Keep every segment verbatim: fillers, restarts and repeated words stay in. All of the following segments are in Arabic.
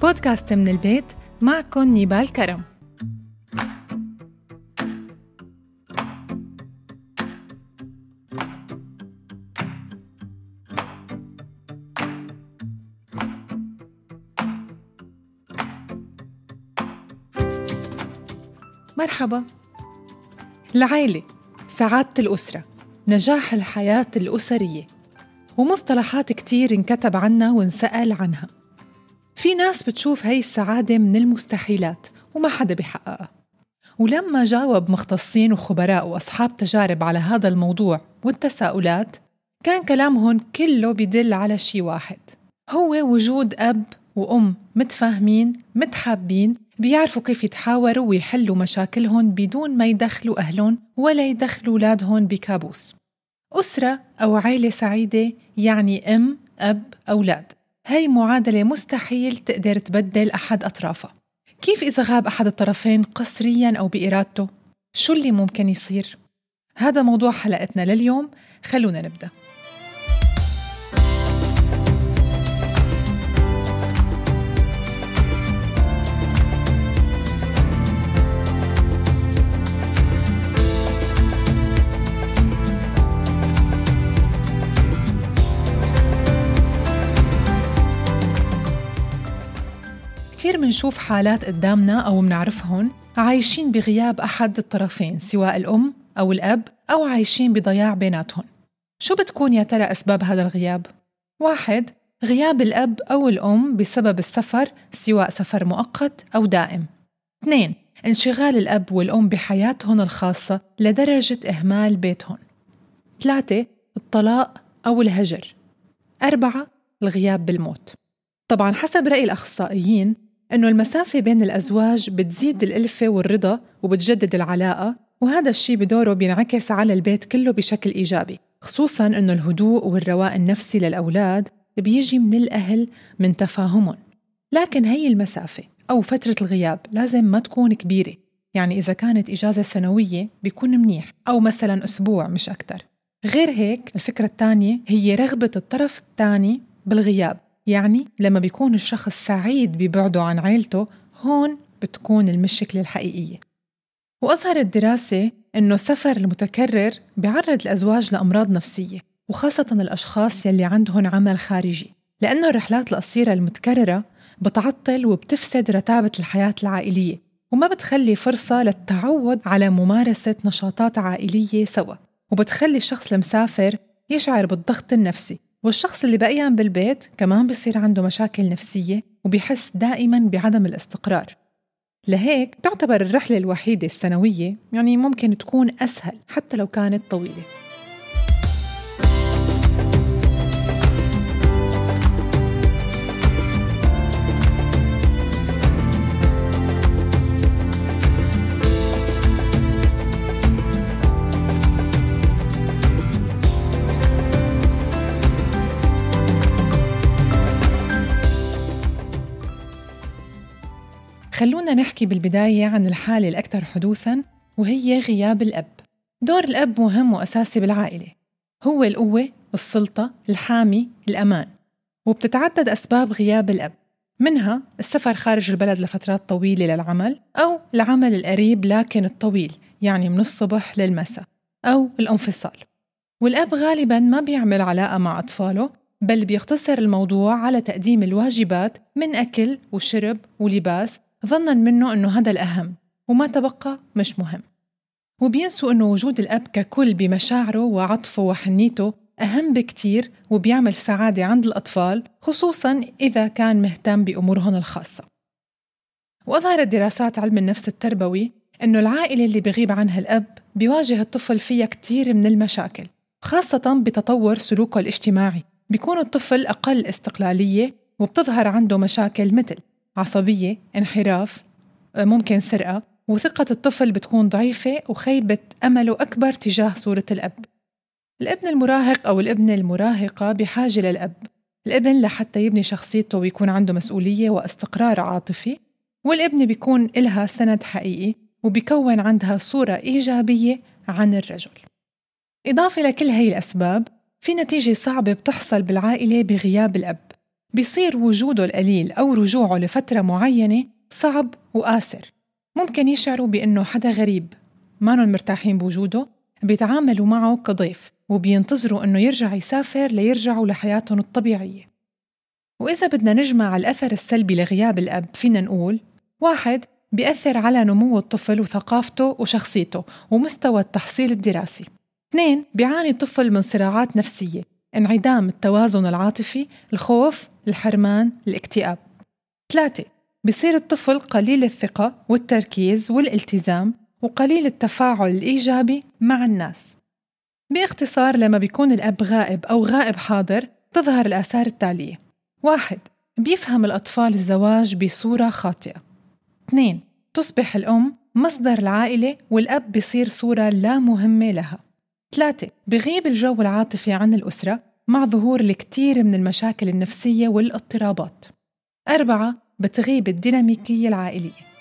بودكاست من البيت، معكم نيبال كرم. مرحبا. العائلة، سعادة الأسرة، نجاح الحياة الأسرية، ومصطلحات كتير انكتب عنها وانسأل عنها. في ناس بتشوف هاي السعادة من المستحيلات وما حدا بيحققها. ولما جاوب مختصين وخبراء وأصحاب تجارب على هذا الموضوع والتساؤلات، كان كلامهم كله بيدل على شيء واحد، هو وجود أب وأم متفاهمين متحابين، بيعرفوا كيف يتحاوروا ويحلوا مشاكلهم بدون ما يدخلوا أهلهم ولا يدخلوا أولادهم بكابوس. أسرة أو عائلة سعيدة يعني أم أب أولاد. هاي معادلة مستحيل تقدر تبدل أحد أطرافها. كيف إذا غاب أحد الطرفين قسرياً أو بإرادته؟ شو اللي ممكن يصير؟ هذا موضوع حلقتنا لليوم، خلونا نبدأ. كتير منشوف حالات قدامنا أو منعرفهم عايشين بغياب أحد الطرفين، سواء الأم أو الأب، أو عايشين بضياع بيناتهم. شو بتكون يا ترى أسباب هذا الغياب؟ واحد، غياب الأب أو الأم بسبب السفر، سواء سفر مؤقت أو دائم. اثنين، انشغال الأب والأم بحياتهم الخاصة لدرجة إهمال بيتهم. ثلاثة، الطلاق أو الهجر. أربعة، الغياب بالموت. طبعاً حسب رأي الأخصائيين إنه المسافة بين الأزواج بتزيد الألفة والرضا وبتجدد العلاقة، وهذا الشيء بدوره بينعكس على البيت كله بشكل إيجابي، خصوصاً إنه الهدوء والرواء النفسي للأولاد بيجي من الأهل من تفاهمهم. لكن هي المسافة أو فترة الغياب لازم ما تكون كبيرة، يعني إذا كانت إجازة سنوية بيكون منيح، أو مثلاً أسبوع مش أكتر. غير هيك، الفكرة الثانية هي رغبة الطرف الثاني بالغياب، يعني لما بيكون الشخص سعيد ببعده عن عائلته، هون بتكون المشكلة الحقيقية. وأظهرت دراسة إنه السفر المتكرر بيعرض الأزواج لأمراض نفسية، وخاصة الأشخاص يلي عندهم عمل خارجي، لأنه الرحلات القصيرة المتكررة بتعطل وبتفسد رتابة الحياة العائلية، وما بتخلي فرصة للتعود على ممارسة نشاطات عائلية سوا، وبتخلي الشخص المسافر يشعر بالضغط النفسي. والشخص اللي بقيا بالبيت كمان بيصير عنده مشاكل نفسية وبيحس دائماً بعدم الاستقرار. لهيك تعتبر الرحلة الوحيدة السنوية يعني ممكن تكون أسهل حتى لو كانت طويلة. خلونا نحكي بالبداية عن الحالة الأكثر حدوثاً، وهي غياب الأب. دور الأب مهم وأساسي بالعائلة، هو القوة، السلطة، الحامي، الأمان. وبتتعدد أسباب غياب الأب، منها السفر خارج البلد لفترات طويلة للعمل، أو العمل القريب لكن الطويل، يعني من الصبح للمساء، أو الانفصال. والأب غالباً ما بيعمل علاقة مع أطفاله، بل بيختصر الموضوع على تقديم الواجبات من أكل وشرب ولباس، ظناً منه أنه هذا الأهم وما تبقى مش مهم. وبينسوا أنه وجود الأب ككل بمشاعره وعطفه وحنيته أهم بكتير، وبيعمل سعادة عند الأطفال، خصوصاً إذا كان مهتم بأمورهم الخاصة. وأظهرت دراسات علم النفس التربوي أنه العائلة اللي بيغيب عنها الأب بيواجه الطفل فيها كتير من المشاكل، خاصة بتطور سلوكه الاجتماعي. بيكون الطفل أقل استقلالية، وبتظهر عنده مشاكل مثل عصبية، انحراف، ممكن سرقة، وثقة الطفل بتكون ضعيفة، وخيبة أمله أكبر تجاه صورة الأب. الابن المراهق أو الابنة المراهقة بحاجة للأب، الابن لحتى يبني شخصيته ويكون عنده مسؤولية واستقرار عاطفي، والابن بيكون إلها سند حقيقي وبيكون عندها صورة إيجابية عن الرجل. إضافة لكل هاي الأسباب، في نتيجة صعبة بتحصل بالعائلة بغياب الأب، بيصير وجوده القليل أو رجوعه لفترة معينة صعب وقاسر. ممكن يشعروا بأنه حدا غريب، ما نون مرتاحين بوجوده، بيتعاملوا معه كضيف وبينتظروا أنه يرجع يسافر ليرجعوا لحياتهم الطبيعية. وإذا بدنا نجمع الأثر السلبي لغياب الأب، فينا نقول: واحد، بيأثر على نمو الطفل وثقافته وشخصيته ومستوى التحصيل الدراسي. اثنين، بيعاني الطفل من صراعات نفسية، انعدام التوازن العاطفي، الخوف، الحرمان، الاكتئاب. ثلاثة، بيصير الطفل قليل الثقة والتركيز والالتزام وقليل التفاعل الإيجابي مع الناس. باختصار، لما بيكون الأب غائب أو غائب حاضر تظهر الآثار التالية: واحد، بيفهم الأطفال الزواج بصورة خاطئة. اثنين، تصبح الأم مصدر العائلة والأب بيصير صورة لا مهمة لها. ثلاثة، بغيب الجو العاطفي عن الأسرة مع ظهور الكثير من المشاكل النفسية والاضطرابات. أربعة، بتغيب الديناميكية العائلية.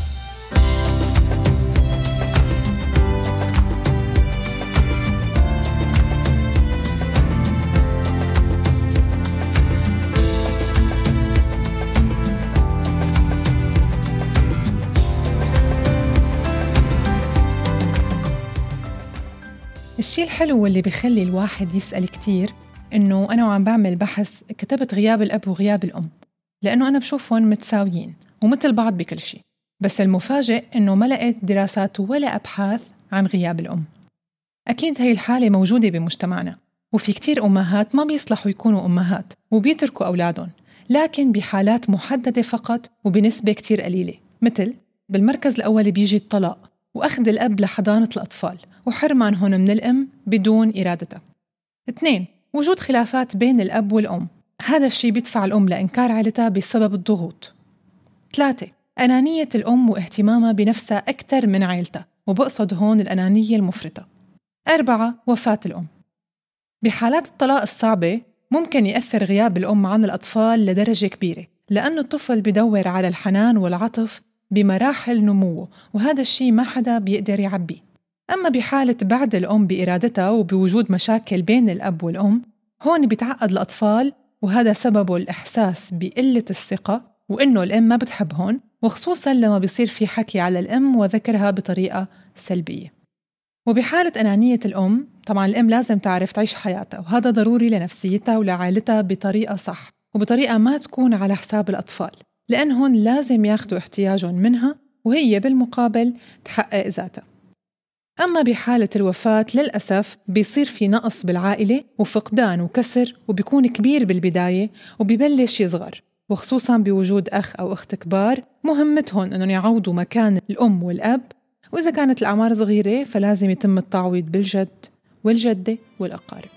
الشيء الحلو واللي بيخلي الواحد يسأل كتير إنه أنا وعم بعمل بحث كتبت غياب الأب وغياب الأم، لأنه أنا بشوفهم متساويين ومثل بعض بكل شيء، بس المفاجئ إنه ما لقيت دراسات ولا أبحاث عن غياب الأم. أكيد هاي الحالة موجودة بمجتمعنا، وفي كتير أمهات ما بيصلحوا يكونوا أمهات وبيتركوا أولادهم، لكن بحالات محددة فقط وبنسبة كتير قليلة. مثل بالمركز الأول بيجي الطلاق وأخذ الأب لحضانة الأطفال وحرمانهم من الأم بدون إرادتها. اثنين، وجود خلافات بين الأب والأم، هذا الشيء بيدفع الأم لإنكار عائلتها بسبب الضغوط. ثلاثة، أنانية الأم واهتمامها بنفسها أكثر من عائلتها، وبقصد هون الأنانية المفرطة. أربعة، وفاة الأم. بحالات الطلاق الصعبة ممكن يأثر غياب الأم عن الأطفال لدرجة كبيرة، لأن الطفل بدور على الحنان والعطف بمراحل نموه، وهذا الشيء ما حدا بيقدر يعبيه. أما بحالة بعد الأم بإرادتها وبوجود مشاكل بين الأب والأم، هون بيتعقد الأطفال، وهذا سببه الإحساس بقلة الثقة وإنه الأم ما بتحبهم، وخصوصاً لما بيصير في حكي على الأم وذكرها بطريقة سلبية. وبحالة أنانية الأم، طبعاً الأم لازم تعرف تعيش حياتها، وهذا ضروري لنفسيتها ولعائلتها بطريقة صح وبطريقة ما تكون على حساب الأطفال، لأن هون لازم ياخدوا احتياجهم منها وهي بالمقابل تحقق ذاتها. أما بحالة الوفاة للأسف بيصير في نقص بالعائلة وفقدان وكسر، وبيكون كبير بالبداية وبيبلش يصغر، وخصوصاً بوجود أخ أو أخت كبار مهمتهم أنهم يعوضوا مكان الأم والأب، وإذا كانت الأعمار صغيرة فلازم يتم التعويض بالجد والجدة والأقارب.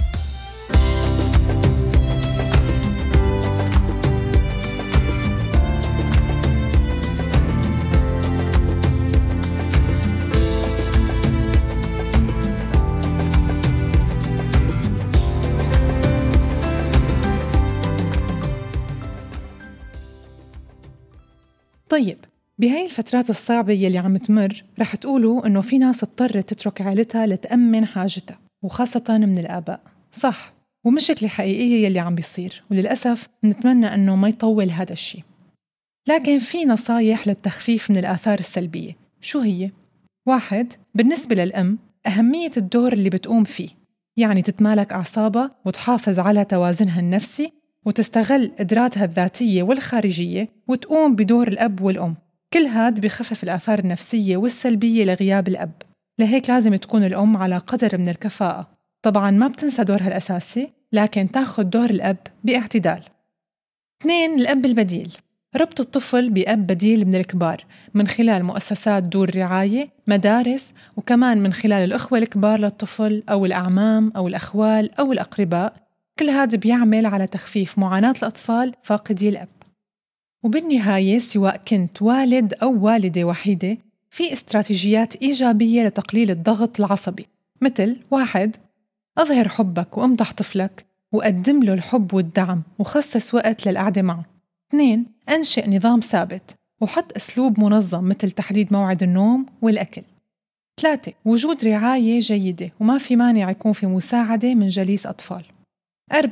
طيب، بهاي الفترات الصعبة يلي عم تمر رح تقولوا إنه في ناس اضطرت تترك عائلتها لتأمن حاجتها، وخاصة من الآباء. صح، ومشكلة حقيقية يلي عم بيصير، وللأسف نتمنى إنه ما يطول هذا الشيء. لكن في نصايح للتخفيف من الآثار السلبية. شو هي؟ واحد، بالنسبة للأم أهمية الدور اللي بتقوم فيه، يعني تتمالك أعصابها وتحافظ على توازنها النفسي وتستغل قدراتها الذاتية والخارجية وتقوم بدور الأب والأم. كل هاد بيخفف الآثار النفسية والسلبية لغياب الأب، لهيك لازم تكون الأم على قدر من الكفاءة. طبعاً ما بتنسى دورها الأساسي، لكن تاخد دور الأب باعتدال. اثنين، الأب البديل، ربط الطفل بأب بديل من الكبار من خلال مؤسسات دور رعاية، مدارس، وكمان من خلال الأخوة الكبار للطفل أو الأعمام أو الأخوال أو الأقرباء. كل هذا بيعمل على تخفيف معاناة الأطفال فاقدي الأب. وبالنهاية، سواء كنت والد أو والدة وحيدة، في استراتيجيات إيجابية لتقليل الضغط العصبي، مثل واحد، أظهر حبك وامدح طفلك وقدم له الحب والدعم وخصص وقت للقعدة معه. اثنين، أنشئ نظام ثابت وحط أسلوب منظم مثل تحديد موعد النوم والأكل. ثلاثة، وجود رعاية جيدة وما في مانع يكون في مساعدة من جليس أطفال. أربعة،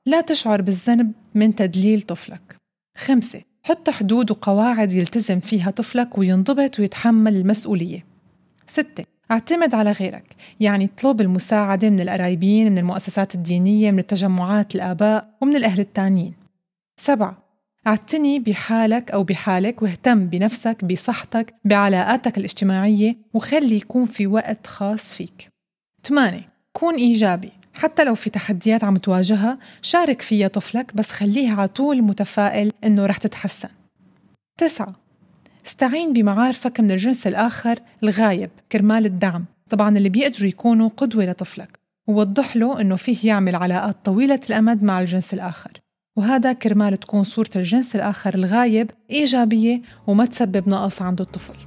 لا تشعر بالذنب من تدليل طفلك. خمسة، حط حدود وقواعد يلتزم فيها طفلك وينضبط ويتحمل المسؤولية. ستة، اعتمد على غيرك، يعني اطلب المساعدة من القرايبين، من المؤسسات الدينية، من التجمعات الآباء ومن الأهل التانيين. سبعة، اعتني بحالك أو بحالك واهتم بنفسك، بصحتك، بعلاقاتك الاجتماعية، وخلي يكون في وقت خاص فيك. ثمانية، كون إيجابي، حتى لو في تحديات عم تواجهها شارك فيها طفلك، بس خليه على طول متفائل إنه رح تتحسن. تسعة، استعين بمعارفك من الجنس الآخر الغايب كرمال الدعم، طبعاً اللي بيقدروا يكونوا قدوة لطفلك، ووضح له إنه فيه يعمل علاقات طويلة الأمد مع الجنس الآخر، وهذا كرمال تكون صورة الجنس الآخر الغايب إيجابية وما تسبب نقص عند الطفل.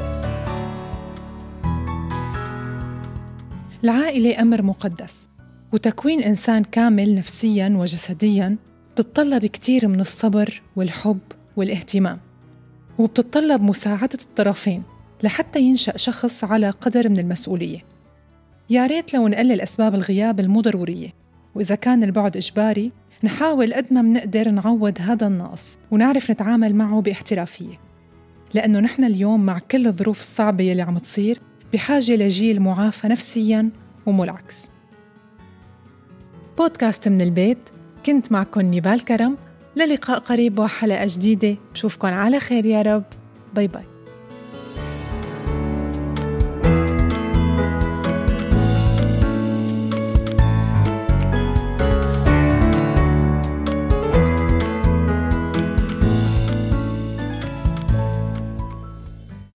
العائلة أمر مقدس، وتكوين إنسان كامل نفسياً وجسدياً بتتطلب كتير من الصبر والحب والاهتمام، وبتتطلب مساعدة الطرفين لحتى ينشأ شخص على قدر من المسؤولية. يا ريت لو نقلل أسباب الغياب المو ضرورية، وإذا كان البعد إجباري نحاول قد ما منقدر نعوض هذا النقص ونعرف نتعامل معه باحترافية، لأنه نحن اليوم مع كل الظروف الصعبة يلي عم تصير بحاجة لجيل معافى نفسياً ومو العكس. بودكاست من البيت، كنت معكم نيبال كرم، للقاء قريب وحلقة جديدة. بشوفكن على خير يا رب. باي باي.